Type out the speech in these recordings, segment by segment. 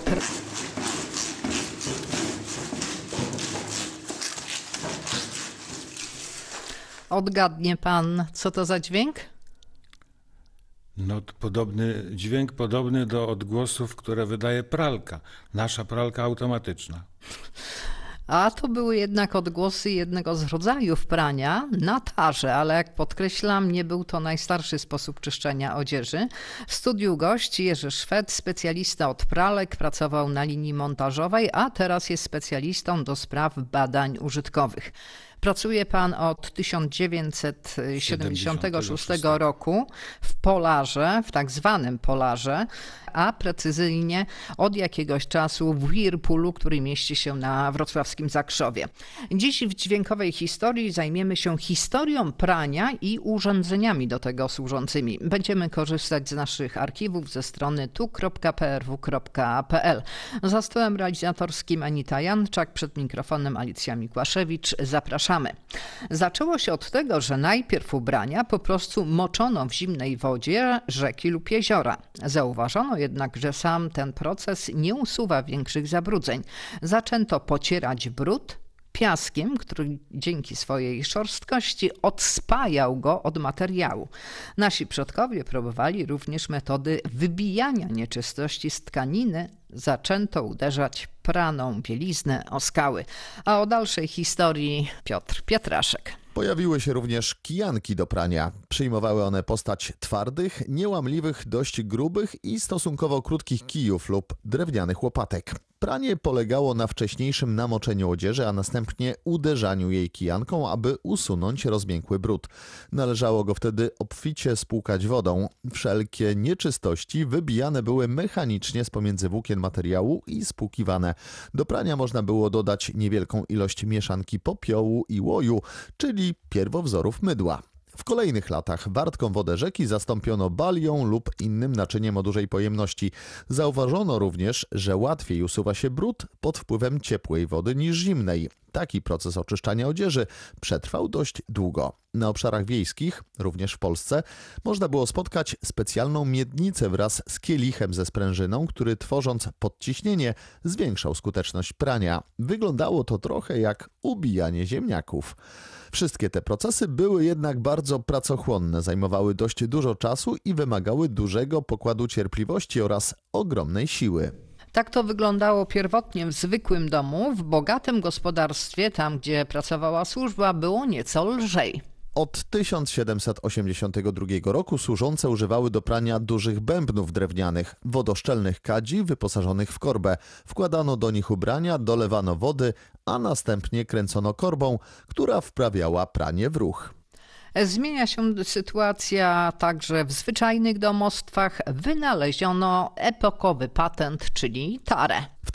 Odgadnie pan, co to za dźwięk? No, dźwięk podobny do odgłosów, które wydaje pralka. Nasza pralka automatyczna. A to były jednak odgłosy jednego z rodzajów prania na tarze, ale jak podkreślam, nie był to najstarszy sposób czyszczenia odzieży. W studiu gość Jerzy Szwed, specjalista od pralek, pracował na linii montażowej, a teraz jest specjalistą do spraw badań użytkowych. Pracuje pan od 1976 roku w Polarze, w tak zwanym Polarze, a precyzyjnie od jakiegoś czasu w Whirlpoolu, który mieści się na wrocławskim Zakrzowie. Dziś w dźwiękowej historii zajmiemy się historią prania i urządzeniami do tego służącymi. Będziemy korzystać z naszych archiwów ze strony tu.prw.pl. Za stołem realizatorskim Anita Janczak, przed mikrofonem Alicja Mikłaszewicz. Zapraszamy. Zaczęło się od tego, że najpierw ubrania po prostu moczono w zimnej wodzie rzeki lub jeziora. Zauważono jednak, że sam ten proces nie usuwa większych zabrudzeń. Zaczęto pocierać brud piaskiem, który dzięki swojej szorstkości odspajał go od materiału. Nasi przodkowie próbowali również metody wybijania nieczystości z tkaniny. Zaczęto uderzać praną bieliznę o skały. A o dalszej historii Piotr Pietraszek. Pojawiły się również kijanki do prania. Przyjmowały one postać twardych, niełamliwych, dość grubych i stosunkowo krótkich kijów lub drewnianych łopatek. Pranie polegało na wcześniejszym namoczeniu odzieży, a następnie uderzaniu jej kijanką, aby usunąć rozmiękły brud. Należało go wtedy obficie spłukać wodą. Wszelkie nieczystości wybijane były mechanicznie z pomiędzy włókien materiału i spłukiwane. Do prania można było dodać niewielką ilość mieszanki popiołu i łoju, czyli pierwowzorów mydła. W kolejnych latach wartką wodę rzeki zastąpiono balią lub innym naczyniem o dużej pojemności. Zauważono również, że łatwiej usuwa się brud pod wpływem ciepłej wody niż zimnej. Taki proces oczyszczania odzieży przetrwał dość długo. Na obszarach wiejskich, również w Polsce, można było spotkać specjalną miednicę wraz z kielichem ze sprężyną, który tworząc podciśnienie zwiększał skuteczność prania. Wyglądało to trochę jak ubijanie ziemniaków. Wszystkie te procesy były jednak bardzo pracochłonne, zajmowały dość dużo czasu i wymagały dużego pokładu cierpliwości oraz ogromnej siły. Tak to wyglądało pierwotnie w zwykłym domu. W bogatym gospodarstwie, tam gdzie pracowała służba, było nieco lżej. Od 1782 roku służące używały do prania dużych bębnów drewnianych, wodoszczelnych kadzi wyposażonych w korbę. Wkładano do nich ubrania, dolewano wody, a następnie kręcono korbą, która wprawiała pranie w ruch. Zmienia się sytuacja także w zwyczajnych domostwach. Wynaleziono epokowy patent, czyli tarę. W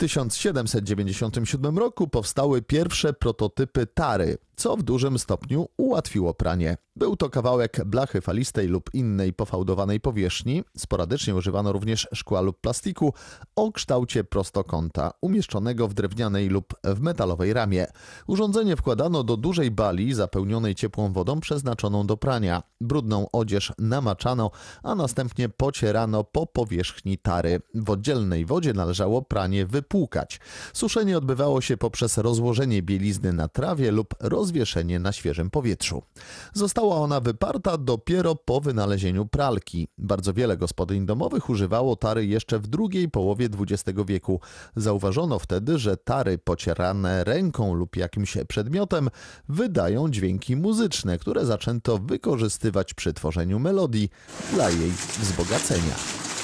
1797 roku powstały pierwsze prototypy tary, co w dużym stopniu ułatwiło pranie. Był to kawałek blachy falistej lub innej pofałdowanej powierzchni. Sporadycznie używano również szkła lub plastiku o kształcie prostokąta, umieszczonego w drewnianej lub w metalowej ramie. Urządzenie wkładano do dużej bali zapełnionej ciepłą wodą przeznaczoną do prania. Brudną odzież namaczano, a następnie pocierano po powierzchni tary. W oddzielnej wodzie należało pranie wypłukać. Suszenie odbywało się poprzez rozłożenie bielizny na trawie lub rozwieszenie na świeżym powietrzu. Została ona wyparta dopiero po wynalezieniu pralki. Bardzo wiele gospodyń domowych używało tary jeszcze w drugiej połowie XX wieku. Zauważono wtedy, że tary pocierane ręką lub jakimś przedmiotem wydają dźwięki muzyczne, które zaczęto wykorzystywać przy tworzeniu melodii dla jej wzbogacenia.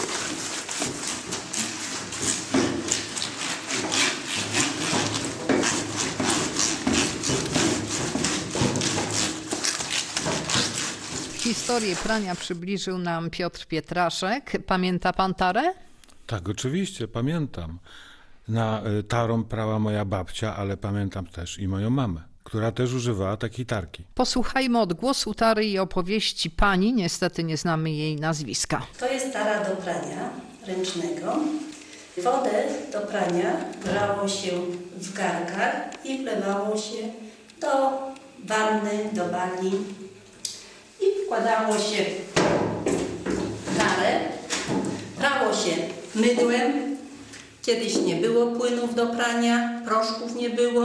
Historię prania przybliżył nam Piotr Pietraszek. Pamięta pan tarę? Tak, oczywiście, pamiętam. Tarą prała moja babcia, ale pamiętam też i moją mamę, która też używała takiej tarki. Posłuchajmy odgłosu tary i opowieści pani. Niestety nie znamy jej nazwiska. To jest tara do prania ręcznego. Wodę do prania brało się w garnkach i wlewało się do wanny, do bani. I wkładało się tarę, brało się mydłem, Kiedyś nie było płynów do prania, proszków nie było.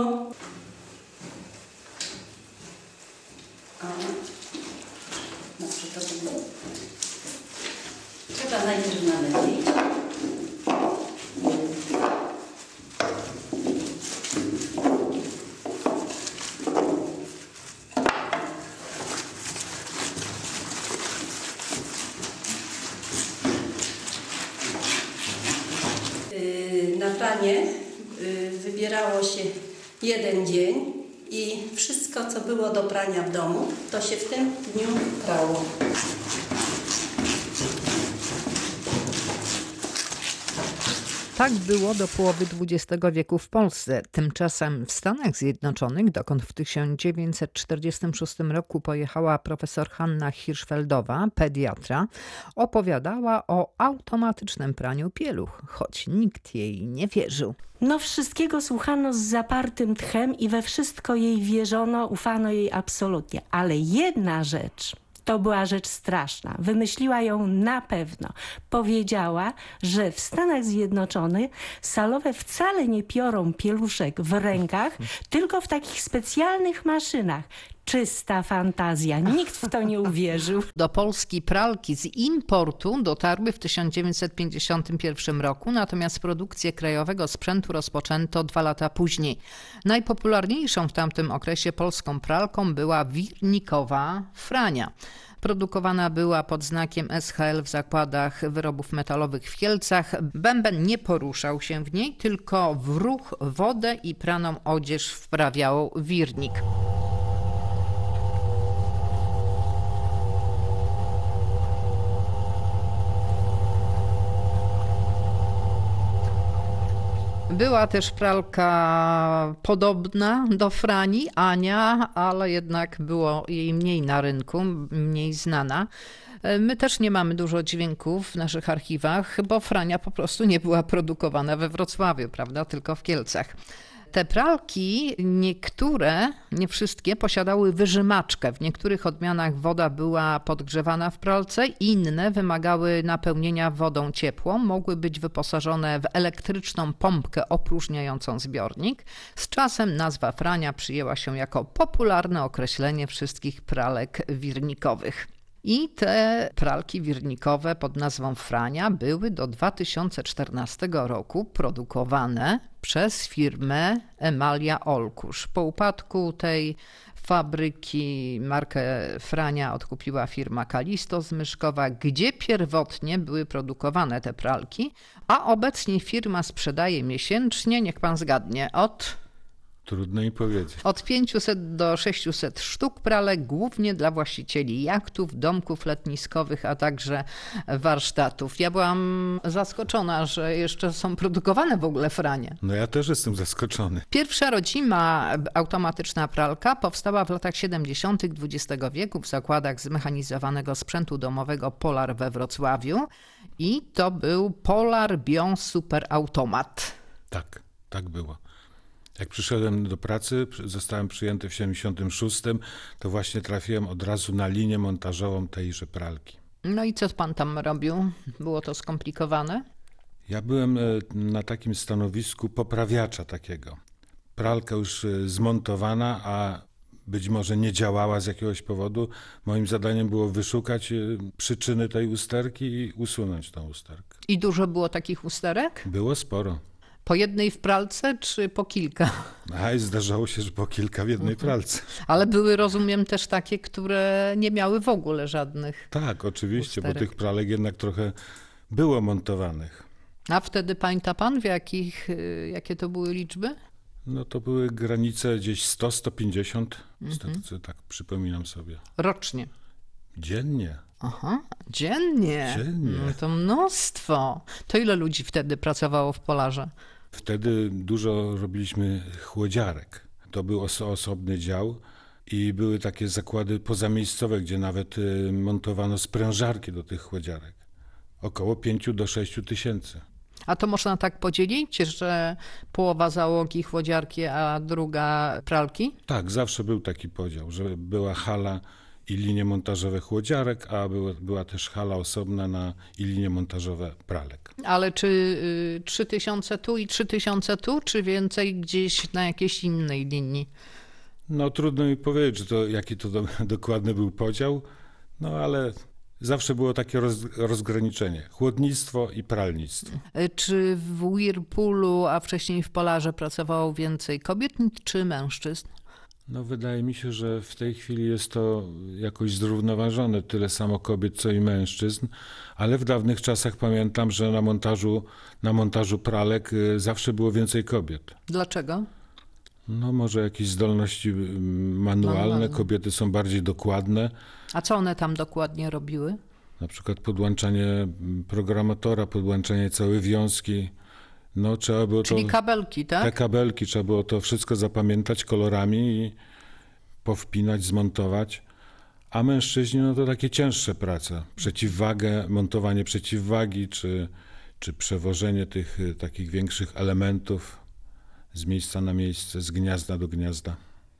O. Dobrze, to będzie. Trzeba najpierw nalepić. Na pranie wybierało się jeden dzień i wszystko, co było do prania w domu, to się w tym dniu prało. Tak było do połowy XX wieku w Polsce. Tymczasem w Stanach Zjednoczonych, dokąd w 1946 roku pojechała profesor Hanna Hirschfeldowa, pediatra, opowiadała o automatycznym praniu pieluch, choć nikt jej nie wierzył. No wszystkiego słuchano z zapartym tchem i we wszystko jej wierzono, ufano jej absolutnie. Ale jedna rzecz, to była rzecz straszna. Wymyśliła ją na pewno. Powiedziała, że w Stanach Zjednoczonych salowe wcale nie piorą pieluszek w rękach, tylko w takich specjalnych maszynach. Czysta fantazja. Nikt w to nie uwierzył. Do Polski pralki z importu dotarły w 1951 roku, natomiast produkcję krajowego sprzętu rozpoczęto 2 lata później. Najpopularniejszą w tamtym okresie polską pralką była wirnikowa Frania. Produkowana była pod znakiem SHL w zakładach wyrobów metalowych w Kielcach. Bęben nie poruszał się w niej, tylko w ruch wodę i praną odzież wprawiał wirnik. Była też pralka podobna do Frani, Ania, ale jednak było jej mniej na rynku, mniej znana. My też nie mamy dużo dźwięków w naszych archiwach, bo Frania po prostu nie była produkowana we Wrocławiu, prawda, tylko w Kielcach. Te pralki, niektóre, nie wszystkie, posiadały wyżymaczkę. W niektórych odmianach woda była podgrzewana w pralce, inne wymagały napełnienia wodą ciepłą, mogły być wyposażone w elektryczną pompkę opróżniającą zbiornik. Z czasem nazwa Frania przyjęła się jako popularne określenie wszystkich pralek wirnikowych. I te pralki wirnikowe pod nazwą Frania były do 2014 roku produkowane przez firmę Emalia Olkusz. Po upadku tej fabryki markę Frania odkupiła firma Kalisto z Myszkowa, gdzie pierwotnie były produkowane te pralki, a obecnie firma sprzedaje miesięcznie, niech pan zgadnie, Trudno mi powiedzieć. od 500 do 600 sztuk pralek, głównie dla właścicieli jachtów, domków letniskowych, a także warsztatów. Ja byłam zaskoczona, że jeszcze są produkowane w ogóle Franie. No ja też jestem zaskoczony. Pierwsza rodzima automatyczna pralka powstała w latach 70. XX wieku w zakładach zmechanizowanego sprzętu domowego Polar we Wrocławiu i to był Polar Bion Super Automat. Tak było. Jak przyszedłem do pracy, zostałem przyjęty w 76, to właśnie trafiłem od razu na linię montażową tejże pralki. No i co pan tam robił? Było to skomplikowane? Ja byłem na takim stanowisku poprawiacza takiego. Pralka już zmontowana, a być może nie działała z jakiegoś powodu. Moim zadaniem było wyszukać przyczyny tej usterki i usunąć tą usterkę. I dużo było takich usterek? Było sporo. Po jednej w pralce czy po kilka? A i zdarzało się, że po kilka w jednej pralce. Ale były, rozumiem, też takie, które nie miały w ogóle żadnych. Tak, oczywiście, bo usterek. tych pralek jednak trochę było montowanych. A wtedy pamięta pan, jakie to były liczby? No to były granice gdzieś 100-150, z tego co tak przypominam sobie. Rocznie. Dziennie. Aha, dziennie. No to mnóstwo. To ile ludzi wtedy pracowało w Polarze? Wtedy dużo robiliśmy chłodziarek. To był osobny dział i były takie zakłady pozamiejscowe, gdzie nawet montowano sprężarki do tych chłodziarek. Około 5 do 6 tysięcy. A to można tak podzielić, że połowa załogi chłodziarki, a druga pralki? Tak, zawsze był taki podział, że była hala i linie montażowe chłodziarek, a była też hala osobna i linie montażowe pralek. Ale czy 3000 tu i 3000 tu, czy więcej gdzieś na jakiejś innej linii? No trudno mi powiedzieć, jaki to dokładny był podział, no ale zawsze było takie rozgraniczenie. Chłodnictwo i pralnictwo. Czy w Whirlpoolu, a wcześniej w Polarze pracowało więcej kobiet czy mężczyzn? No wydaje mi się, że w tej chwili jest to jakoś zrównoważone, tyle samo kobiet, co i mężczyzn, ale w dawnych czasach pamiętam, że na montażu pralek zawsze było więcej kobiet. Dlaczego? No może jakieś zdolności manualne, kobiety są bardziej dokładne. A co one tam dokładnie robiły? Na przykład podłączanie programatora, podłączanie całej wiązki. No, trzeba było Czyli kabelki, tak? Te kabelki, trzeba było to wszystko zapamiętać kolorami i powpinać, zmontować. A mężczyźni, no to takie cięższe prace. Przeciwwagę, montowanie przeciwwagi, czy przewożenie tych takich większych elementów z miejsca na miejsce, z gniazda do gniazda.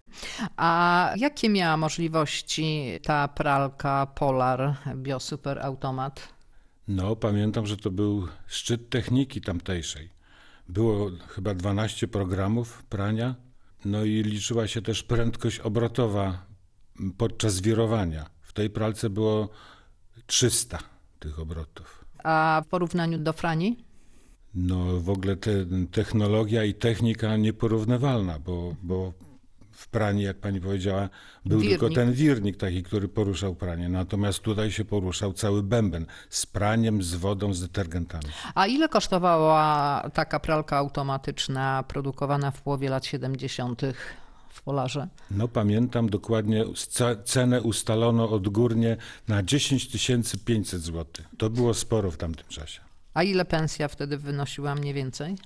A jakie miała możliwości ta pralka Polar BioSuper Automat? No, pamiętam, że to był szczyt techniki tamtejszej. Było chyba 12 programów prania, no i liczyła się też prędkość obrotowa podczas wirowania. W tej pralce było 300 tych obrotów. A w porównaniu do Frani? No w ogóle technologia i technika nieporównywalna, bo w prani, jak pani powiedziała, był tylko ten wirnik taki, który poruszał pranie. Natomiast tutaj się poruszał cały bęben z praniem, z wodą, z detergentami. A ile kosztowała taka pralka automatyczna produkowana w połowie lat 70. w Polarze? No pamiętam dokładnie, cenę ustalono odgórnie na 10 500 zł. To było sporo w tamtym czasie. A ile pensja wtedy wynosiła mniej więcej?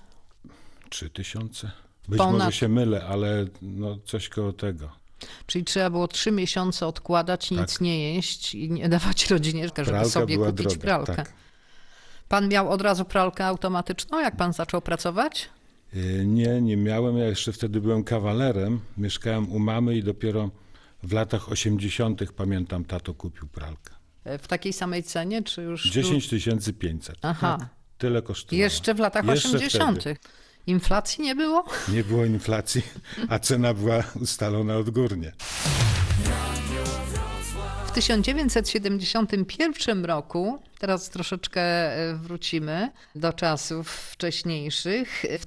3000? Być może się mylę, ale no coś koło tego. Czyli trzeba było 3 miesiące odkładać, nic nie jeść i nie dawać rodzinie, żeby Pralka sobie była kupić droga, pralkę. tak. Pan miał od razu pralkę automatyczną, jak pan zaczął pracować? Nie miałem. Ja jeszcze wtedy byłem kawalerem. Mieszkałem u mamy i dopiero w latach 80. pamiętam, tato kupił pralkę. W takiej samej cenie, czy już... 10 500. Aha. Tak, tyle kosztowało. Jeszcze w latach 80. Wtedy. Inflacji nie było? Nie było inflacji, a cena była ustalona odgórnie. W 1971 roku, teraz troszeczkę wrócimy do czasów wcześniejszych, w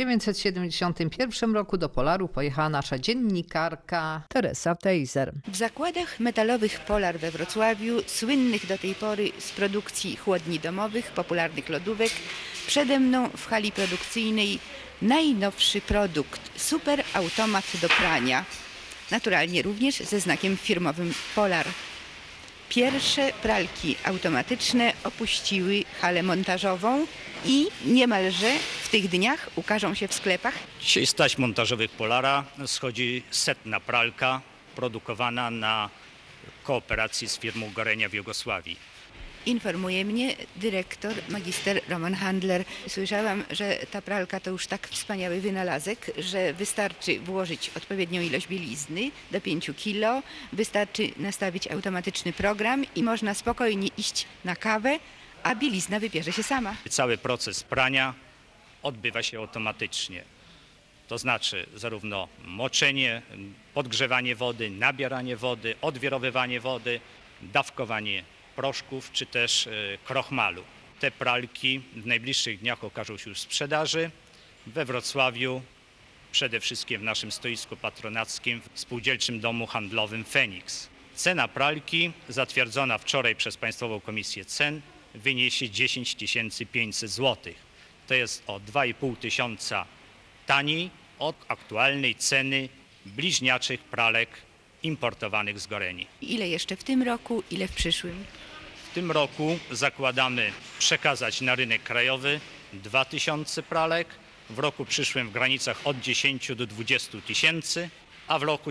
1971 roku do Polaru pojechała nasza dziennikarka Teresa Tejzer. W zakładach metalowych Polar we Wrocławiu, słynnych do tej pory z produkcji chłodni domowych, popularnych lodówek, przede mną w hali produkcyjnej najnowszy produkt, super automat do prania, naturalnie również ze znakiem firmowym Polar. Pierwsze pralki automatyczne opuściły halę montażową i niemalże w tych dniach ukażą się w sklepach. Dzisiaj z taśm montażowych Polara schodzi 100. pralka produkowana na kooperacji z firmą Gorenia w Jugosławii. Informuje mnie dyrektor, magister Roman Handler. Słyszałam, że ta pralka to już tak wspaniały wynalazek, że wystarczy włożyć odpowiednią ilość bielizny do 5 kg, wystarczy nastawić automatyczny program i można spokojnie iść na kawę, a bielizna wybierze się sama. Cały proces prania odbywa się automatycznie. To znaczy zarówno moczenie, podgrzewanie wody, nabieranie wody, odwirowywanie wody, dawkowanie proszków czy też krochmalu. Te pralki w najbliższych dniach okażą się już w sprzedaży we Wrocławiu, przede wszystkim w naszym stoisku patronackim w Spółdzielczym Domu Handlowym Feniks. Cena pralki zatwierdzona wczoraj przez Państwową Komisję Cen wyniesie 10 500 zł. To jest o 2,5 tysiąca taniej od aktualnej ceny bliźniaczych pralek importowanych z Goreni. Ile jeszcze w tym roku, ile w przyszłym? W tym roku zakładamy przekazać na rynek krajowy 2000 pralek, w roku przyszłym w granicach od 10 do 20 tysięcy, a w roku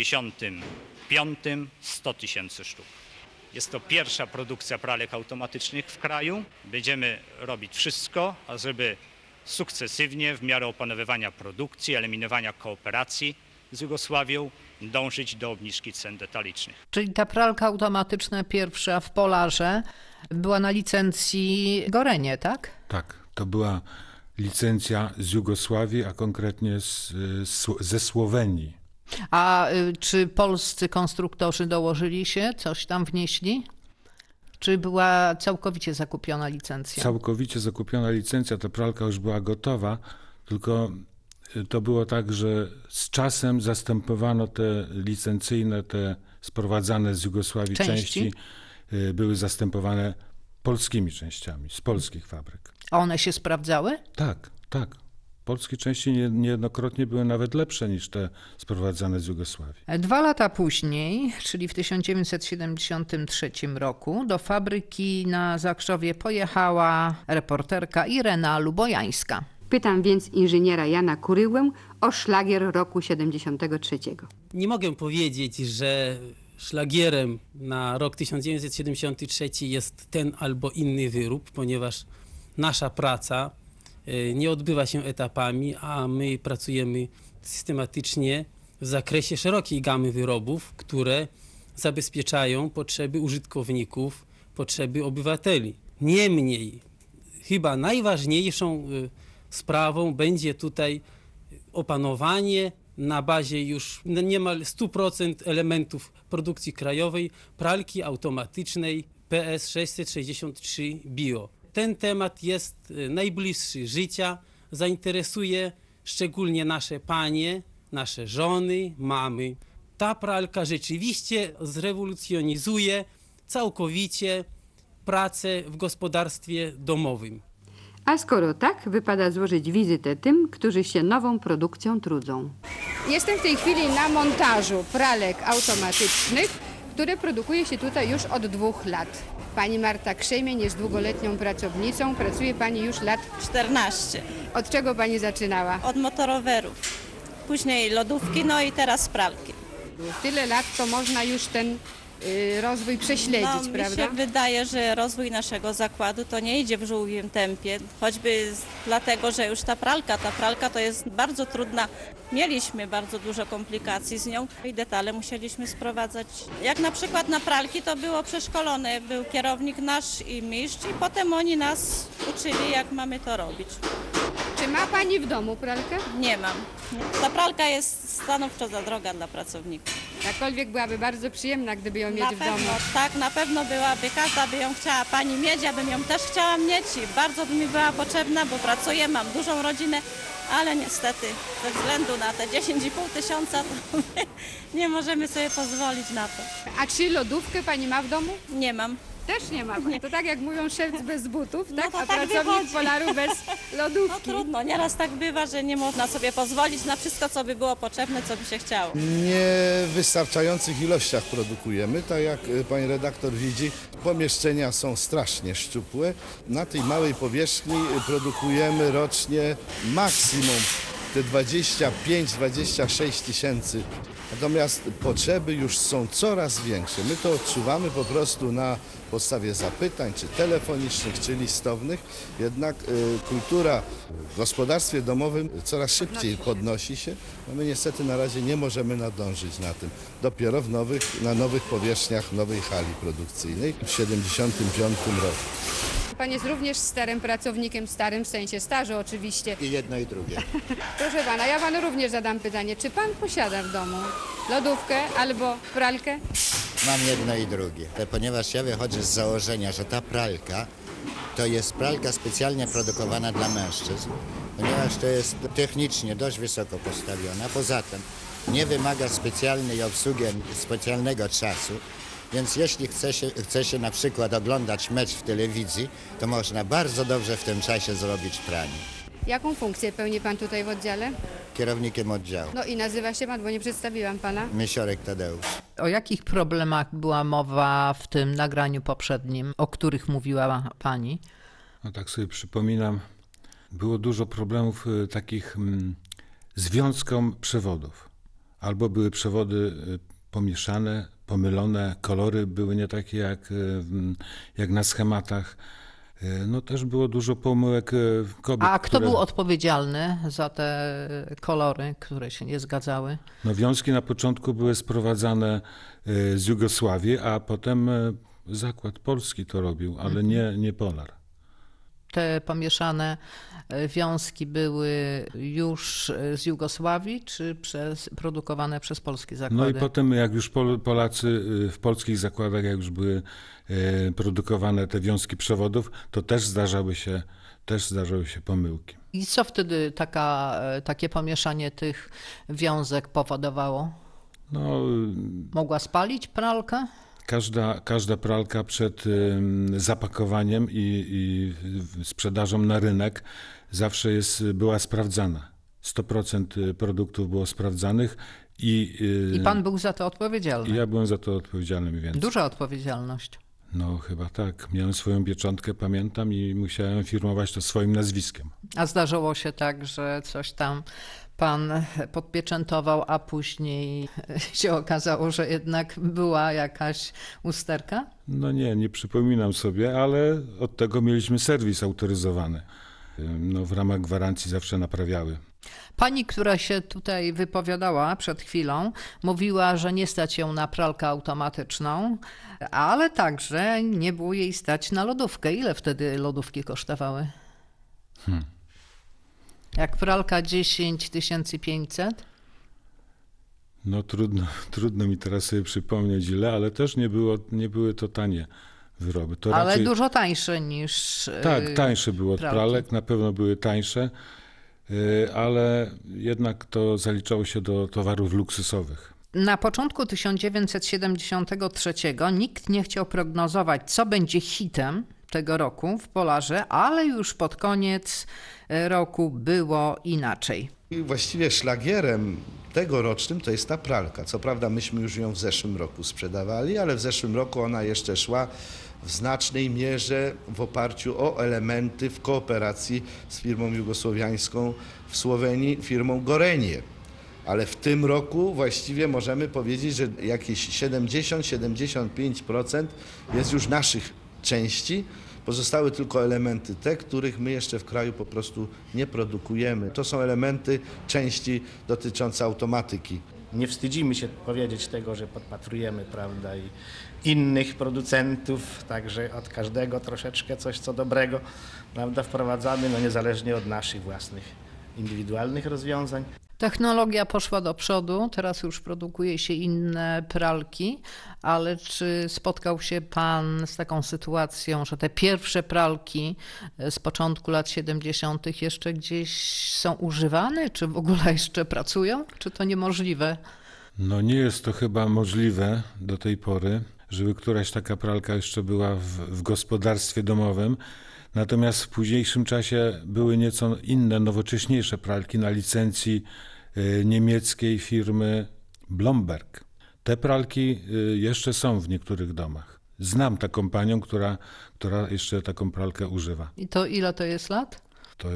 75 100 tysięcy sztuk. Jest to pierwsza produkcja pralek automatycznych w kraju. Będziemy robić wszystko, ażeby sukcesywnie w miarę opanowywania produkcji, eliminowania kooperacji z Jugosławią dążyć do obniżki cen detalicznych. Czyli ta pralka automatyczna pierwsza w Polarze była na licencji Gorenie, tak? Tak, to była licencja z Jugosławii, a konkretnie ze Słowenii. A czy polscy konstruktorzy dołożyli się, coś tam wnieśli? Czy była całkowicie zakupiona licencja? Całkowicie zakupiona licencja, ta pralka już była gotowa, tylko to było tak, że z czasem zastępowano te licencyjne, te sprowadzane z Jugosławii części były zastępowane polskimi częściami, z polskich fabryk. A one się sprawdzały? Tak, tak. Polskie części niejednokrotnie były nawet lepsze niż te sprowadzane z Jugosławii. 2 lata później, czyli w 1973 roku, do fabryki na Zakrzowie pojechała reporterka Irena Lubojańska. Pytam więc inżyniera Jana Kuryłę o szlagier roku 73. Nie mogę powiedzieć, że szlagierem na rok 1973 jest ten albo inny wyrób, ponieważ nasza praca nie odbywa się etapami, a my pracujemy systematycznie w zakresie szerokiej gamy wyrobów, które zabezpieczają potrzeby użytkowników, potrzeby obywateli. Niemniej, chyba najważniejszą sprawą będzie tutaj opanowanie na bazie już niemal 100% elementów produkcji krajowej pralki automatycznej PS663 Bio. Ten temat jest najbliższy życia, zainteresuje szczególnie nasze panie, nasze żony, mamy. Ta pralka rzeczywiście zrewolucjonizuje całkowicie pracę w gospodarstwie domowym. A skoro tak, wypada złożyć wizytę tym, którzy się nową produkcją trudzą. Jestem w tej chwili na montażu pralek automatycznych, które produkuje się tutaj już od 2 lat. Pani Marta Krzemień jest długoletnią pracownicą, pracuje pani już lat 14. Od czego pani zaczynała? Od motorowerów, później lodówki, no i teraz pralki. Tyle lat to można już ten rozwój prześledzić, prawda? Mi się wydaje, że rozwój naszego zakładu to nie idzie w żółwiem tempie, choćby dlatego, że już ta pralka to jest bardzo trudna. Mieliśmy bardzo dużo komplikacji z nią i detale musieliśmy sprowadzać. Jak na przykład na pralki to było przeszkolone, był kierownik nasz i mistrz i potem oni nas uczyli, jak mamy to robić. Czy ma pani w domu pralkę? Nie mam. Ta pralka jest stanowczo za droga dla pracowników. Jakkolwiek byłaby bardzo przyjemna, gdyby ją mieć Na w pewno, domu. tak, na pewno byłaby, każda by ją chciała pani mieć, ja bym ją też chciała mieć i bardzo by mi była potrzebna, bo pracuję, mam dużą rodzinę, ale niestety ze względu na te 10,5 tysiąca to nie możemy sobie pozwolić na to. A czy lodówkę pani ma w domu? Nie mam. Też nie ma pani. To tak jak mówią, szewc bez butów, tak? to A tak pracownik wychodzi. Polaru bez lodówki. No trudno, nieraz tak bywa, że nie można sobie pozwolić na wszystko, co by było potrzebne, co by się chciało. Nie w wystarczających ilościach produkujemy. Tak jak pani redaktor widzi, pomieszczenia są strasznie szczupłe. Na tej małej powierzchni produkujemy rocznie maksimum te 25-26 tysięcy. Natomiast potrzeby już są coraz większe. My to odczuwamy po prostu na podstawie zapytań, czy telefonicznych, czy listownych. Jednak kultura w gospodarstwie domowym coraz szybciej podnosi się. No my niestety na razie nie możemy nadążyć na tym. Dopiero na nowych powierzchniach nowej hali produkcyjnej w 1975 roku. Pan jest również starym pracownikiem, starym w sensie stażu oczywiście. I jedno i drugie. Proszę pana, ja panu również zadam pytanie. Czy pan posiada w domu lodówkę albo pralkę? Mam jedno i drugie. Ponieważ ja wychodzę z założenia, że ta pralka to jest pralka specjalnie produkowana dla mężczyzn, ponieważ to jest technicznie dość wysoko postawiona. Poza tym nie wymaga specjalnej obsługi, specjalnego czasu. Więc jeśli chce się na przykład oglądać mecz w telewizji, to można bardzo dobrze w tym czasie zrobić pranie. Jaką funkcję pełni pan tutaj w oddziale? Kierownikiem oddziału. No i nazywa się pan, bo nie przedstawiłam pana. Mysiorek Tadeusz. O jakich problemach była mowa w tym nagraniu poprzednim, o których mówiła pani? No tak sobie przypominam, było dużo problemów takich z wiązką przewodów. Albo były przewody pomieszane, pomylone, kolory były nie takie jak na schematach, No też było dużo pomyłek kobiet. A kto był odpowiedzialny za te kolory, które się nie zgadzały? No wiązki na początku były sprowadzane z Jugosławii, a potem zakład polski to robił, ale nie Polar. Te pomieszane wiązki były już z Jugosławii, czy produkowane przez polskie zakłady? No i potem, jak już Polacy w polskich zakładach, jak już były produkowane te wiązki przewodów, to też zdarzały się pomyłki. I co wtedy takie pomieszanie tych wiązek powodowało? No, mogła spalić pralkę? Każda pralka przed zapakowaniem i sprzedażą na rynek zawsze była sprawdzana. 100% produktów było sprawdzanych. I pan był za to odpowiedzialny? Ja byłem za to odpowiedzialny mniej więcej. Duża odpowiedzialność. No chyba tak. Miałem swoją pieczątkę, pamiętam, i musiałem firmować to swoim nazwiskiem. A zdarzyło się tak, że coś tam pan podpieczętował, a później się okazało, że jednak była jakaś usterka? No nie przypominam sobie, ale od tego mieliśmy serwis autoryzowany. No, w ramach gwarancji zawsze naprawiały. Pani, która się tutaj wypowiadała przed chwilą, mówiła, że nie stać ją na pralkę automatyczną, ale także nie było jej stać na lodówkę. Ile wtedy lodówki kosztowały? Jak pralka 10 500? No trudno mi teraz sobie przypomnieć ile, ale też nie były to tanie wyroby. To ale raczej, dużo tańsze niż tak, tańsze były od pralek, na pewno były tańsze, ale jednak to zaliczało się do towarów luksusowych. Na początku 1973 nikt nie chciał prognozować, co będzie hitem tego roku w Polarze, ale już pod koniec roku było inaczej. I właściwie szlagierem tegorocznym to jest ta pralka. Co prawda myśmy już ją w zeszłym roku sprzedawali, ale w zeszłym roku ona jeszcze szła w znacznej mierze w oparciu o elementy w kooperacji z firmą jugosłowiańską w Słowenii, firmą Gorenje. Ale w tym roku właściwie możemy powiedzieć, że jakieś 70-75% jest już naszych części. Pozostały tylko elementy te, których my jeszcze w kraju po prostu nie produkujemy. To są elementy części dotyczące automatyki. Nie wstydzimy się powiedzieć tego, że podpatrujemy, prawda, i innych producentów, także od każdego troszeczkę coś co dobrego, prawda, wprowadzamy, no niezależnie od naszych własnych indywidualnych rozwiązań. Technologia poszła do przodu, teraz już produkuje się inne pralki, ale czy spotkał się pan z taką sytuacją, że te pierwsze pralki z początku lat 70. jeszcze gdzieś są używane, czy w ogóle jeszcze pracują? Czy to niemożliwe? No nie jest to chyba możliwe do tej pory, żeby któraś taka pralka jeszcze była w gospodarstwie domowym. Natomiast w późniejszym czasie były nieco inne, nowocześniejsze pralki na licencji niemieckiej firmy Blomberg. Te pralki jeszcze są w niektórych domach. Znam taką panią, która jeszcze taką pralkę używa. I to ile to jest lat? To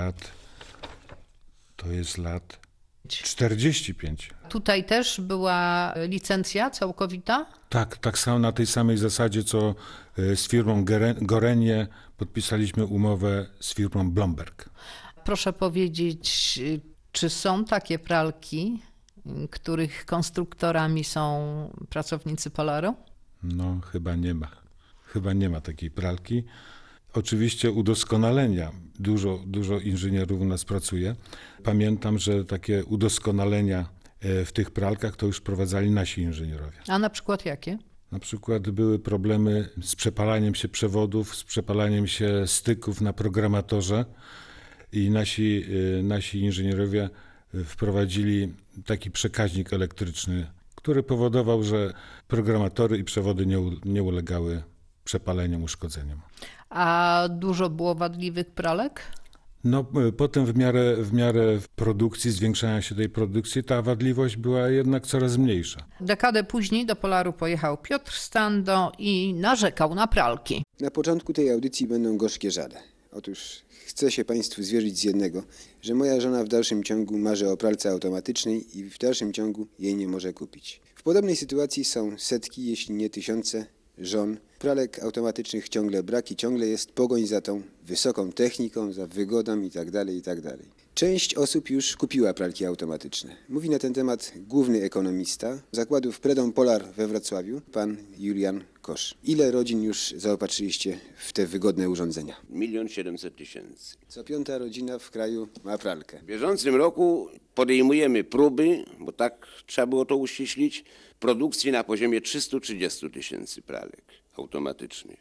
jest lat 45. Tutaj też była licencja całkowita? Tak samo na tej samej zasadzie, co z firmą Gorenje podpisaliśmy umowę z firmą Blomberg. Proszę powiedzieć, czy są takie pralki, których konstruktorami są pracownicy Polaru? No chyba nie ma. Chyba nie ma takiej pralki. Oczywiście udoskonalenia. Dużo inżynierów u nas pracuje. Pamiętam, że takie udoskonalenia w tych pralkach to już prowadzali nasi inżynierowie. A na przykład jakie? Na przykład były problemy z przepalaniem się przewodów, z przepalaniem się styków na programatorze i nasi inżynierowie wprowadzili taki przekaźnik elektryczny, który powodował, że programatory i przewody nie ulegały przepaleniom, uszkodzeniom. A dużo było wadliwych pralek? No potem w miarę produkcji, zwiększania się tej produkcji, ta wadliwość była jednak coraz mniejsza. Dekadę później do Polaru pojechał Piotr Stando i narzekał na pralki. Na początku tej audycji będą gorzkie żale. Otóż chcę się Państwu zwierzyć z jednego, że moja żona w dalszym ciągu marzy o pralce automatycznej i w dalszym ciągu jej nie może kupić. W podobnej sytuacji są setki, jeśli nie tysiące żon. Pralek automatycznych ciągle brak i ciągle jest pogoń za tą wysoką techniką, za wygodą itd. Część osób już kupiła pralki automatyczne. Mówi na ten temat główny ekonomista zakładów Predom Polar we Wrocławiu, pan Julian Kosz. Ile rodzin już zaopatrzyliście w te wygodne urządzenia? 1 700 000. Co piąta rodzina w kraju ma pralkę. W bieżącym roku podejmujemy próby, bo tak trzeba było to uściślić, produkcji na poziomie 330 000 pralek automatycznych.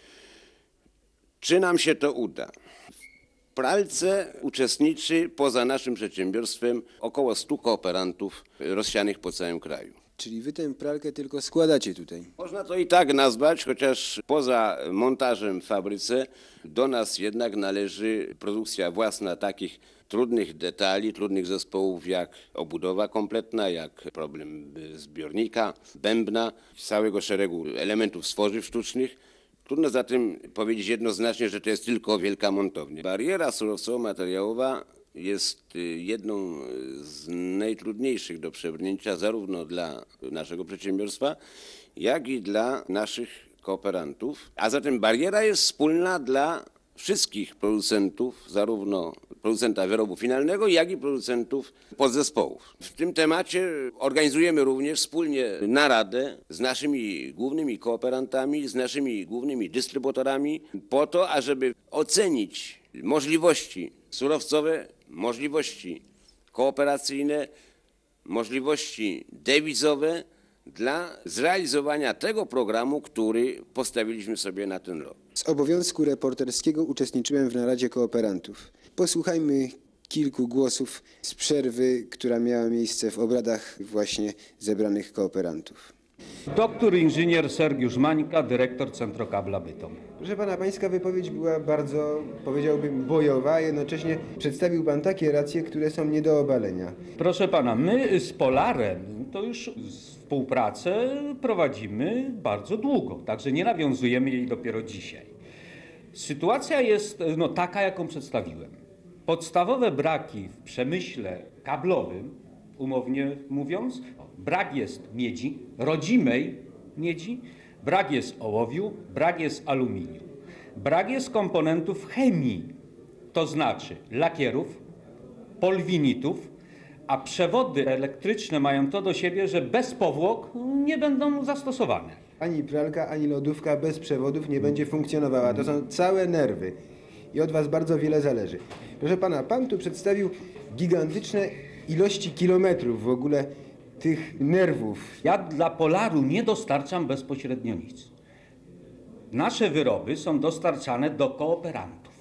Czy nam się to uda? W pralce uczestniczy poza naszym przedsiębiorstwem około 100 kooperantów rozsianych po całym kraju. Czyli wy tę pralkę tylko składacie tutaj? Można to i tak nazwać, chociaż poza montażem w fabryce do nas jednak należy produkcja własna takich trudnych detali, trudnych zespołów jak obudowa kompletna, jak problem zbiornika, bębna, całego szeregu elementów z tworzyw sztucznych. Trudno zatem powiedzieć jednoznacznie, że to jest tylko wielka montownia. Bariera surowcowo-materiałowa jest jedną z najtrudniejszych do przebrnięcia zarówno dla naszego przedsiębiorstwa, jak i dla naszych kooperantów. A zatem bariera jest wspólna dla wszystkich producentów, zarówno producenta wyrobu finalnego, jak i producentów podzespołów. W tym temacie organizujemy również wspólnie naradę z naszymi głównymi kooperantami, z naszymi głównymi dystrybutorami, po to, ażeby ocenić możliwości surowcowe, możliwości kooperacyjne, możliwości dewizowe dla zrealizowania tego programu, który postawiliśmy sobie na ten rok. Z obowiązku reporterskiego uczestniczyłem w naradzie kooperantów. Posłuchajmy kilku głosów z przerwy, która miała miejsce w obradach właśnie zebranych kooperantów. Doktor inżynier Sergiusz Mańka, dyrektor Centrokabla Bytom. Proszę pana, pańska wypowiedź była bardzo, powiedziałbym, bojowa, a jednocześnie przedstawił pan takie racje, które są nie do obalenia. Proszę pana, my z Polarem to już współpracę prowadzimy bardzo długo, także nie nawiązujemy jej dopiero dzisiaj. Sytuacja jest taka, jaką przedstawiłem. Podstawowe braki w przemyśle kablowym, umownie mówiąc, brak jest miedzi, rodzimej miedzi, brak jest ołowiu, brak jest aluminium. Brak jest komponentów chemii, to znaczy lakierów, polwinitów, a przewody elektryczne mają to do siebie, że bez powłok nie będą zastosowane. Ani pralka, ani lodówka bez przewodów nie będzie funkcjonowała. To są całe nerwy i od was bardzo wiele zależy. Proszę pana, pan tu przedstawił gigantyczne ilości kilometrów w ogóle tych nerwów. Ja dla Polaru nie dostarczam bezpośrednio nic. Nasze wyroby są dostarczane do kooperantów.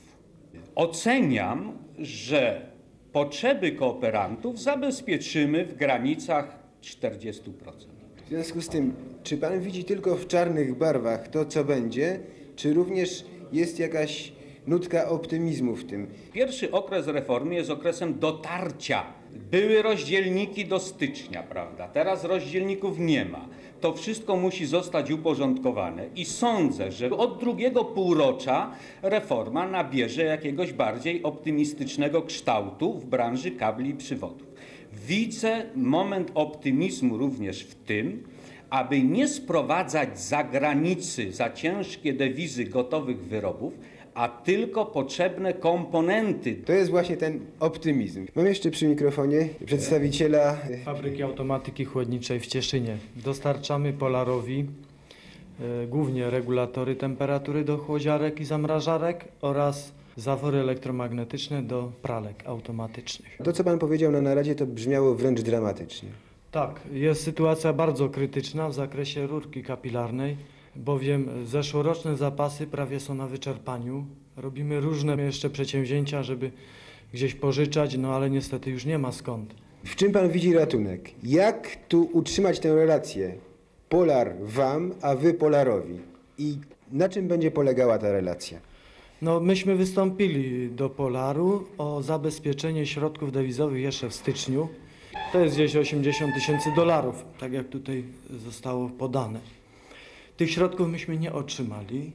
Oceniam, że potrzeby kooperantów zabezpieczymy w granicach 40%. W związku z tym, czy pan widzi tylko w czarnych barwach to, co będzie, czy również jest jakaś nutka optymizmu w tym? Pierwszy okres reformy jest okresem dotarcia. Były rozdzielniki do stycznia, prawda? Teraz rozdzielników nie ma. To wszystko musi zostać uporządkowane i sądzę, że od drugiego półrocza reforma nabierze jakiegoś bardziej optymistycznego kształtu w branży kabli i przywodów. Widzę moment optymizmu również w tym, aby nie sprowadzać z zagranicy za ciężkie dewizy gotowych wyrobów, a tylko potrzebne komponenty. To jest właśnie ten optymizm. Mam jeszcze przy mikrofonie przedstawiciela Fabryki Automatyki Chłodniczej w Cieszynie. Dostarczamy Polarowi głównie regulatory temperatury do chłodziarek i zamrażarek oraz zawory elektromagnetyczne do pralek automatycznych. To, co pan powiedział na naradzie, to brzmiało wręcz dramatycznie. Tak, jest sytuacja bardzo krytyczna w zakresie rurki kapilarnej, bowiem zeszłoroczne zapasy prawie są na wyczerpaniu. Robimy różne jeszcze przedsięwzięcia, żeby gdzieś pożyczać, no ale niestety już nie ma skąd. W czym pan widzi ratunek? Jak tu utrzymać tę relację? Polar wam, a wy Polarowi. I na czym będzie polegała ta relacja? No, myśmy wystąpili do Polaru o zabezpieczenie środków dewizowych jeszcze w styczniu. To jest gdzieś $80 000, tak jak tutaj zostało podane. Tych środków myśmy nie otrzymali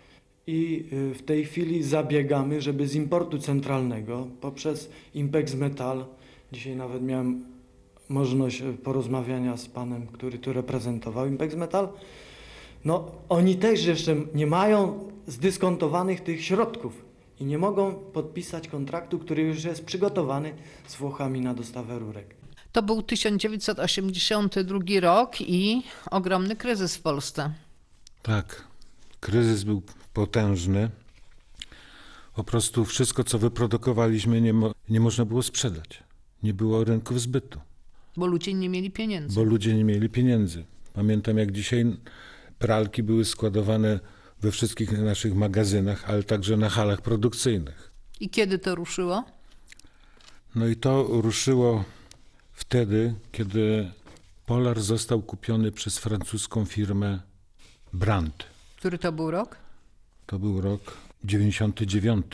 i w tej chwili zabiegamy, żeby z importu centralnego poprzez Impex Metal, dzisiaj nawet miałem możliwość porozmawiania z panem, który tu reprezentował Impex Metal, No oni też jeszcze nie mają zdyskontowanych tych środków i nie mogą podpisać kontraktu, który już jest przygotowany z Włochami na dostawę rurek. To był 1982 rok i ogromny kryzys w Polsce. Tak, kryzys był potężny. Po prostu wszystko, co wyprodukowaliśmy, nie można było sprzedać. Nie było rynków zbytu. Bo ludzie nie mieli pieniędzy. Bo ludzie nie mieli pieniędzy. Pamiętam, jak dzisiaj pralki były składowane we wszystkich naszych magazynach, ale także na halach produkcyjnych. I kiedy to ruszyło? No i to ruszyło wtedy, kiedy Polar został kupiony przez francuską firmę Brandt. Który to był rok? To był rok 99.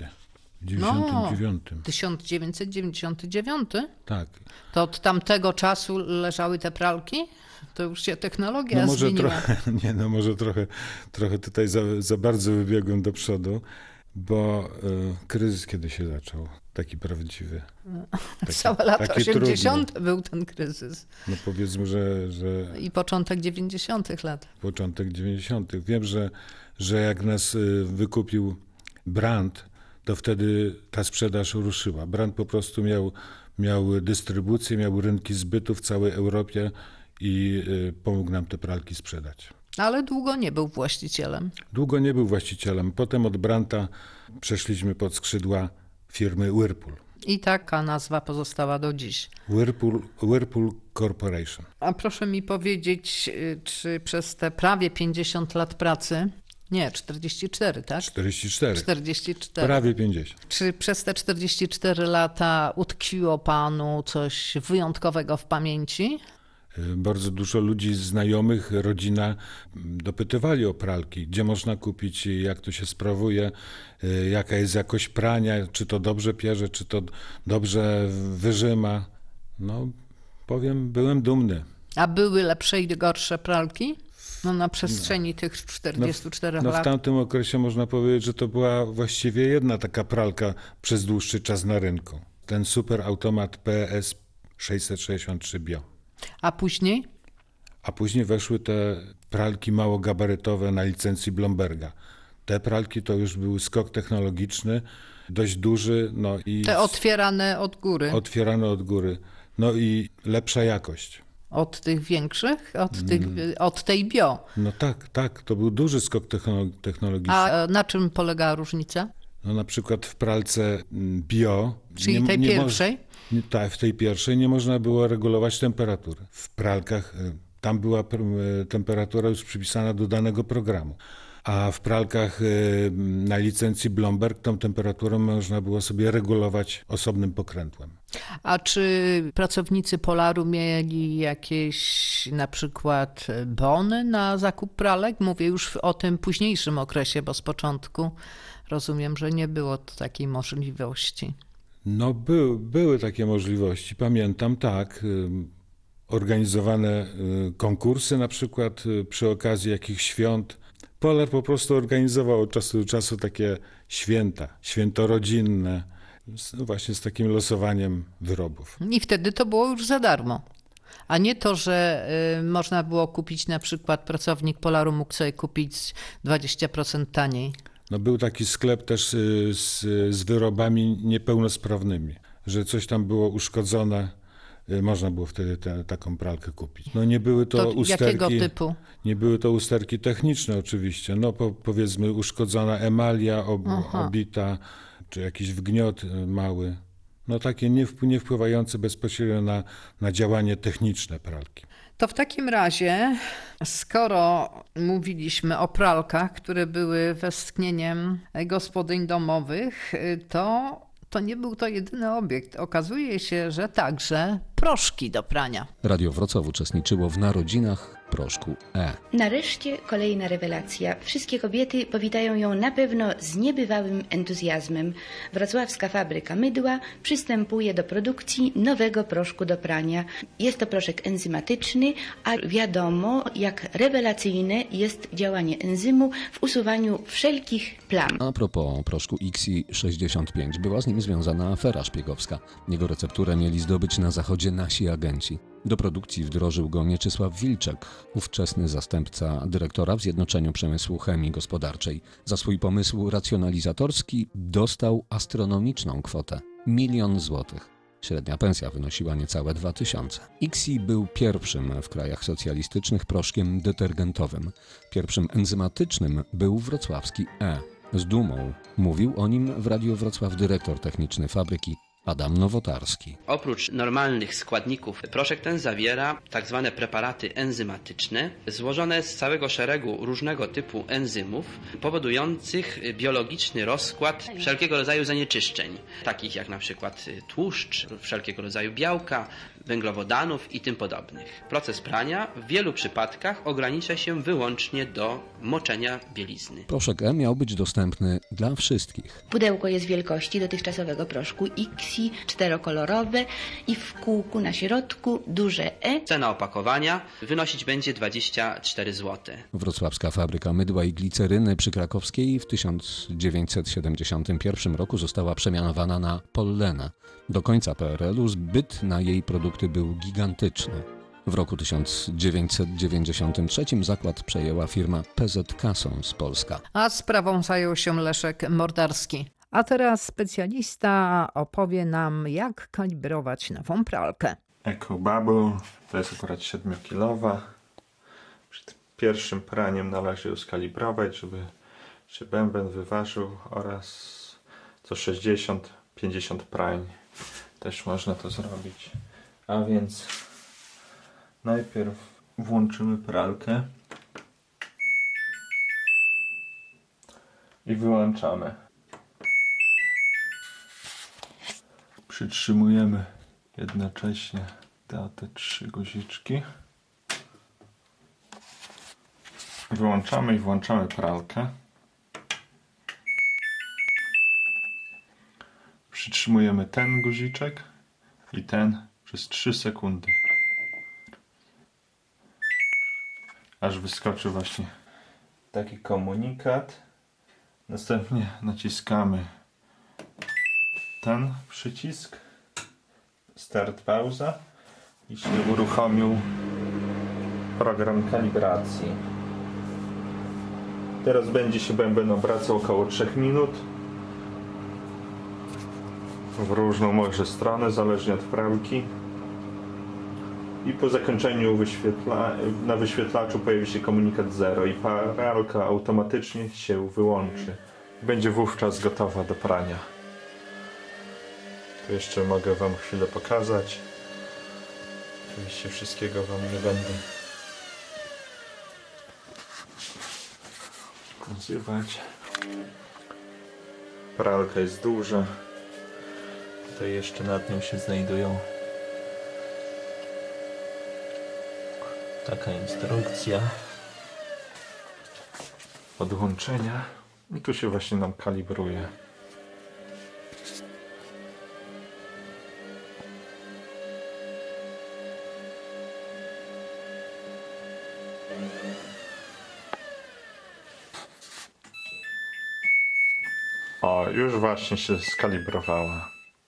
1999? Tak. To od tamtego czasu leżały te pralki? To już się technologia zmieniła. Może trochę tutaj za bardzo wybiegłem do przodu, bo kryzys kiedy się zaczął, taki prawdziwy. Całe lata 80. był ten kryzys. No powiedzmy, że... I początek 90. lat. Początek 90. Wiem, że jak nas wykupił Brandt, to wtedy ta sprzedaż ruszyła. Brandt po prostu miał dystrybucję, miał rynki zbytu w całej Europie i pomógł nam te pralki sprzedać. Ale długo nie był właścicielem. Długo nie był właścicielem. Potem od Brandta przeszliśmy pod skrzydła firmy Whirlpool. I taka nazwa pozostała do dziś. Whirlpool Corporation. A proszę mi powiedzieć, czy przez te prawie 50 lat pracy, nie, 44, tak? 44. Prawie 50. Czy przez te 44 lata utkwiło panu coś wyjątkowego w pamięci? Bardzo dużo ludzi, znajomych, rodzina dopytywali o pralki, gdzie można kupić, jak to się sprawuje, jaka jest jakość prania, czy to dobrze pierze, czy to dobrze wyżyma. No powiem, byłem dumny. A były lepsze i gorsze pralki? No na przestrzeni tych 44 lat. W tamtym okresie można powiedzieć, że to była właściwie jedna taka pralka przez dłuższy czas na rynku. Ten super automat PS 663 Bio. A później? A później weszły te pralki małogabarytowe na licencji Blomberga. Te pralki to już był skok technologiczny, dość duży. No i te otwierane od góry. Otwierane od góry. No i lepsza jakość. Od tych większych? Od tej Bio? No tak. To był duży skok technologiczny. A na czym polegała różnica? No na przykład w pralce Bio... Czyli tej pierwszej? Tak, w tej pierwszej nie można było regulować temperatury. W pralkach tam była temperatura już przypisana do danego programu. A w pralkach na licencji Blomberg tą temperaturę można było sobie regulować osobnym pokrętłem. A czy pracownicy Polaru mieli jakieś na przykład bony na zakup pralek? Mówię już o tym późniejszym okresie, bo z początku rozumiem, że nie było takiej możliwości. No były takie możliwości. Pamiętam, tak, organizowane konkursy na przykład przy okazji jakichś świąt. Polar po prostu organizował od czasu do czasu takie święto rodzinne, właśnie z takim losowaniem wyrobów. I wtedy to było już za darmo. A nie to, że można było kupić, na przykład pracownik Polaru mógł sobie kupić 20% taniej. No był taki sklep też z wyrobami niepełnosprawnymi, że coś tam było uszkodzone, można było wtedy taką pralkę kupić. No nie były to usterki. Jakiego typu? Nie były to usterki techniczne oczywiście, no powiedzmy uszkodzona emalia, obita, czy jakiś wgniot mały. No takie nie wpływające bezpośrednio na działanie techniczne pralki. To w takim razie, skoro mówiliśmy o pralkach, które były westchnieniem gospodyń domowych, to nie był to jedyny obiekt. Okazuje się, że także proszki do prania. Radio Wrocław uczestniczyło w narodzinach proszku E. Nareszcie kolejna rewelacja. Wszystkie kobiety powitają ją na pewno z niebywałym entuzjazmem. Wrocławska fabryka mydła przystępuje do produkcji nowego proszku do prania. Jest to proszek enzymatyczny, a wiadomo, jak rewelacyjne jest działanie enzymu w usuwaniu wszelkich plam. A propos proszku XI65, była z nim związana afera szpiegowska. Jego recepturę mieli zdobyć na zachodzie nasi agenci. Do produkcji wdrożył go Mieczysław Wilczek, Czech, ówczesny zastępca dyrektora w Zjednoczeniu Przemysłu Chemii Gospodarczej. Za swój pomysł racjonalizatorski dostał astronomiczną kwotę – 1 000 000 złotych. Średnia pensja wynosiła niecałe 2000. IKSI był pierwszym w krajach socjalistycznych proszkiem detergentowym. Pierwszym enzymatycznym był wrocławski E. Z dumą mówił o nim w Radiu Wrocław dyrektor techniczny fabryki Adam Nowotarski. Oprócz normalnych składników proszek ten zawiera tzw. preparaty enzymatyczne złożone z całego szeregu różnego typu enzymów powodujących biologiczny rozkład wszelkiego rodzaju zanieczyszczeń, takich jak na przykład tłuszcz, wszelkiego rodzaju białka, węglowodanów i tym podobnych. Proces prania w wielu przypadkach ogranicza się wyłącznie do moczenia bielizny. Proszek E miał być dostępny dla wszystkich. Pudełko jest wielkości dotychczasowego proszku IKSI, czterokolorowe i w kółku na środku duże E. Cena opakowania wynosić będzie 24 zł. Wrocławska fabryka mydła i gliceryny przy Krakowskiej w 1971 roku została przemianowana na Pollenę. Do końca PRL-u zbyt na jej produkty był gigantyczny. W roku 1993 zakład przejęła firma PZK Sons Polska. A sprawą zajął się Leszek Mordarski. A teraz specjalista opowie nam, jak kalibrować nową pralkę. EcoBubble to jest akurat 7-kilowa. Przed pierwszym praniem należy ją skalibrować, żeby się bęben wyważył, oraz co 60-50 prań też można to zrobić. A więc najpierw włączymy pralkę i wyłączamy. Przytrzymujemy jednocześnie te 3 guziczki. Wyłączamy i włączamy pralkę. Przytrzymujemy ten guziczek i ten przez 3 sekundy. Aż wyskoczy właśnie taki komunikat. Następnie naciskamy ten przycisk, start, pauza, i się uruchomił program kalibracji. Teraz będzie się bęben obracał około 3 minut. W różną może stronę, zależnie od pralki. I po zakończeniu na wyświetlaczu pojawi się komunikat 0 i pralka automatycznie się wyłączy. Będzie wówczas gotowa do prania. To jeszcze mogę Wam chwilę pokazać. Oczywiście wszystkiego Wam nie będę pokazywać. Pralka jest duża. Tutaj jeszcze nad nią się znajdują taka instrukcja podłączenia. I tu się właśnie nam kalibruje. O, już właśnie się skalibrowała.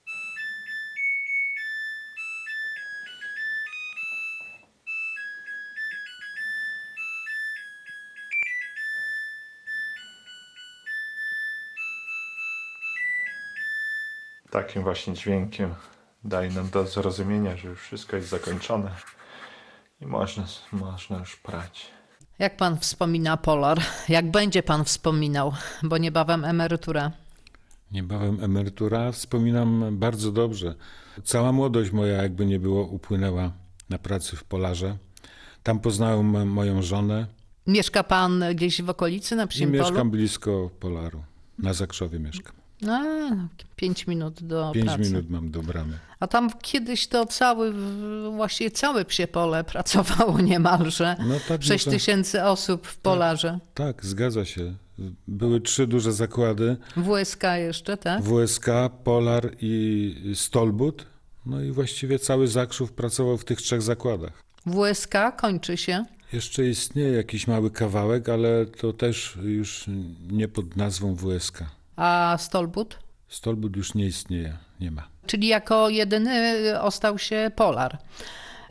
Takim właśnie dźwiękiem daje nam do zrozumienia, że już wszystko jest zakończone i można już prać. Jak pan wspomina Polar? Jak będzie pan wspominał? Bo niebawem emerytura. Niebawem emerytura. Wspominam bardzo dobrze. Cała młodość moja, jakby nie było, upłynęła na pracy w Polarze. Tam poznałem moją żonę. Mieszka pan gdzieś w okolicy, na Psim Polu? Mieszkam blisko Polaru. Na Zakrzowie mieszkam. 5 minut do 5 pracy. minut mam do bramy. A tam kiedyś to właściwie całe Psie Pole pracowało niemalże. No tak, 6 000 osób w Polarze. Tak, zgadza się. Były 3 duże zakłady. WSK jeszcze, tak? WSK, Polar i Stolbut. No i właściwie cały Zakrzów pracował w tych 3 zakładach. WSK kończy się. Jeszcze istnieje jakiś mały kawałek, ale to też już nie pod nazwą WSK. A Stolbut? Stolbut już nie istnieje, nie ma. Czyli jako jedyny ostał się Polar.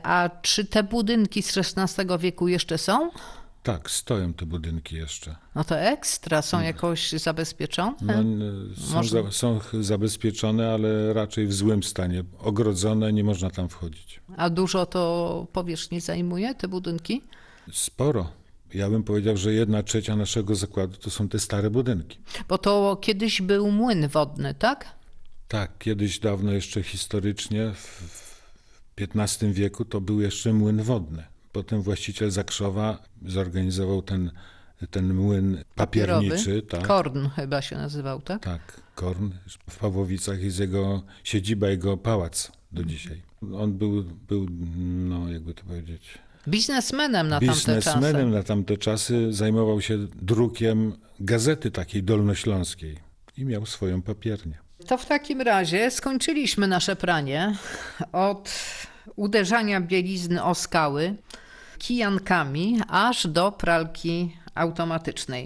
A czy te budynki z XVI wieku jeszcze są? Tak, stoją te budynki jeszcze. No to ekstra, są jakoś zabezpieczone? No, są zabezpieczone, ale raczej w złym stanie. Ogrodzone, nie można tam wchodzić. A dużo to powierzchni zajmuje, te budynki? Sporo. Ja bym powiedział, że 1/3 naszego zakładu to są te stare budynki. Bo to kiedyś był młyn wodny, tak? Tak, kiedyś dawno jeszcze historycznie, w XV wieku to był jeszcze młyn wodny. Potem właściciel Zakrzowa zorganizował ten młyn papierniczy. Tak. Korn chyba się nazywał, tak? Tak, Korn. W Pawłowicach jest jego siedziba, jego pałac do dzisiaj. On był no jakby to powiedzieć... Biznesmenem na tamte czasy. Zajmował się drukiem gazety takiej dolnośląskiej i miał swoją papiernię. To w takim razie skończyliśmy nasze pranie od uderzania bielizny o skały kijankami aż do pralki automatycznej.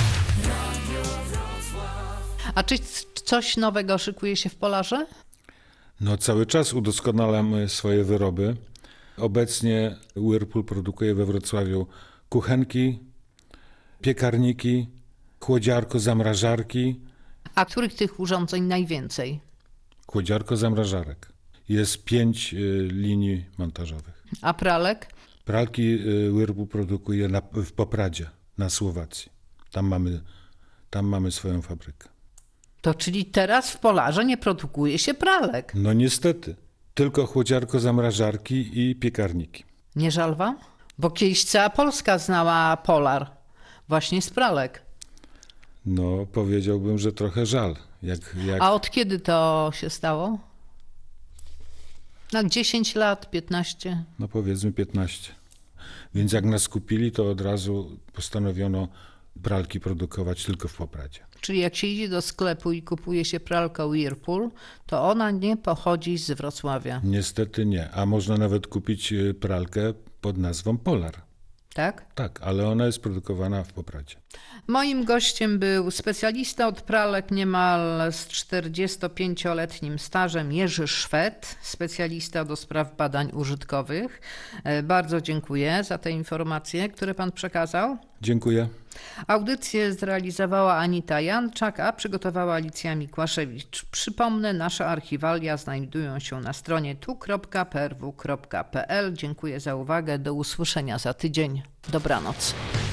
A czy coś nowego szykuje się w Polarze? No cały czas udoskonalamy swoje wyroby. Obecnie Whirlpool produkuje we Wrocławiu kuchenki, piekarniki, chłodziarko, zamrażarki. A których tych urządzeń najwięcej? Chłodziarko, zamrażarek. Jest 5 linii montażowych. A pralek? Pralki Whirlpool produkuje w Popradzie, na Słowacji. Tam mamy swoją fabrykę. To czyli teraz w Polarze nie produkuje się pralek? No niestety. Tylko chłodziarko, zamrażarki i piekarniki. Nie żal wam? Bo kiedyś cała Polska znała Polar właśnie z pralek. No powiedziałbym, że trochę żal. A od kiedy to się stało? Na 10 lat, 15? No powiedzmy 15. Więc jak nas kupili, to od razu postanowiono pralki produkować tylko w Popradzie. Czyli jak się idzie do sklepu i kupuje się pralkę Whirlpool, to ona nie pochodzi z Wrocławia. Niestety nie, a można nawet kupić pralkę pod nazwą Polar. Tak? Tak, ale ona jest produkowana w Popradzie. Moim gościem był specjalista od pralek niemal z 45-letnim stażem Jerzy Szwed, specjalista do spraw badań użytkowych. Bardzo dziękuję za te informacje, które pan przekazał. Dziękuję. Audycję zrealizowała Anita Janczak, a przygotowała Alicja Mikłaszewicz. Przypomnę, nasze archiwalia znajdują się na stronie tu.prw.pl. Dziękuję za uwagę. Do usłyszenia za tydzień. Dobranoc.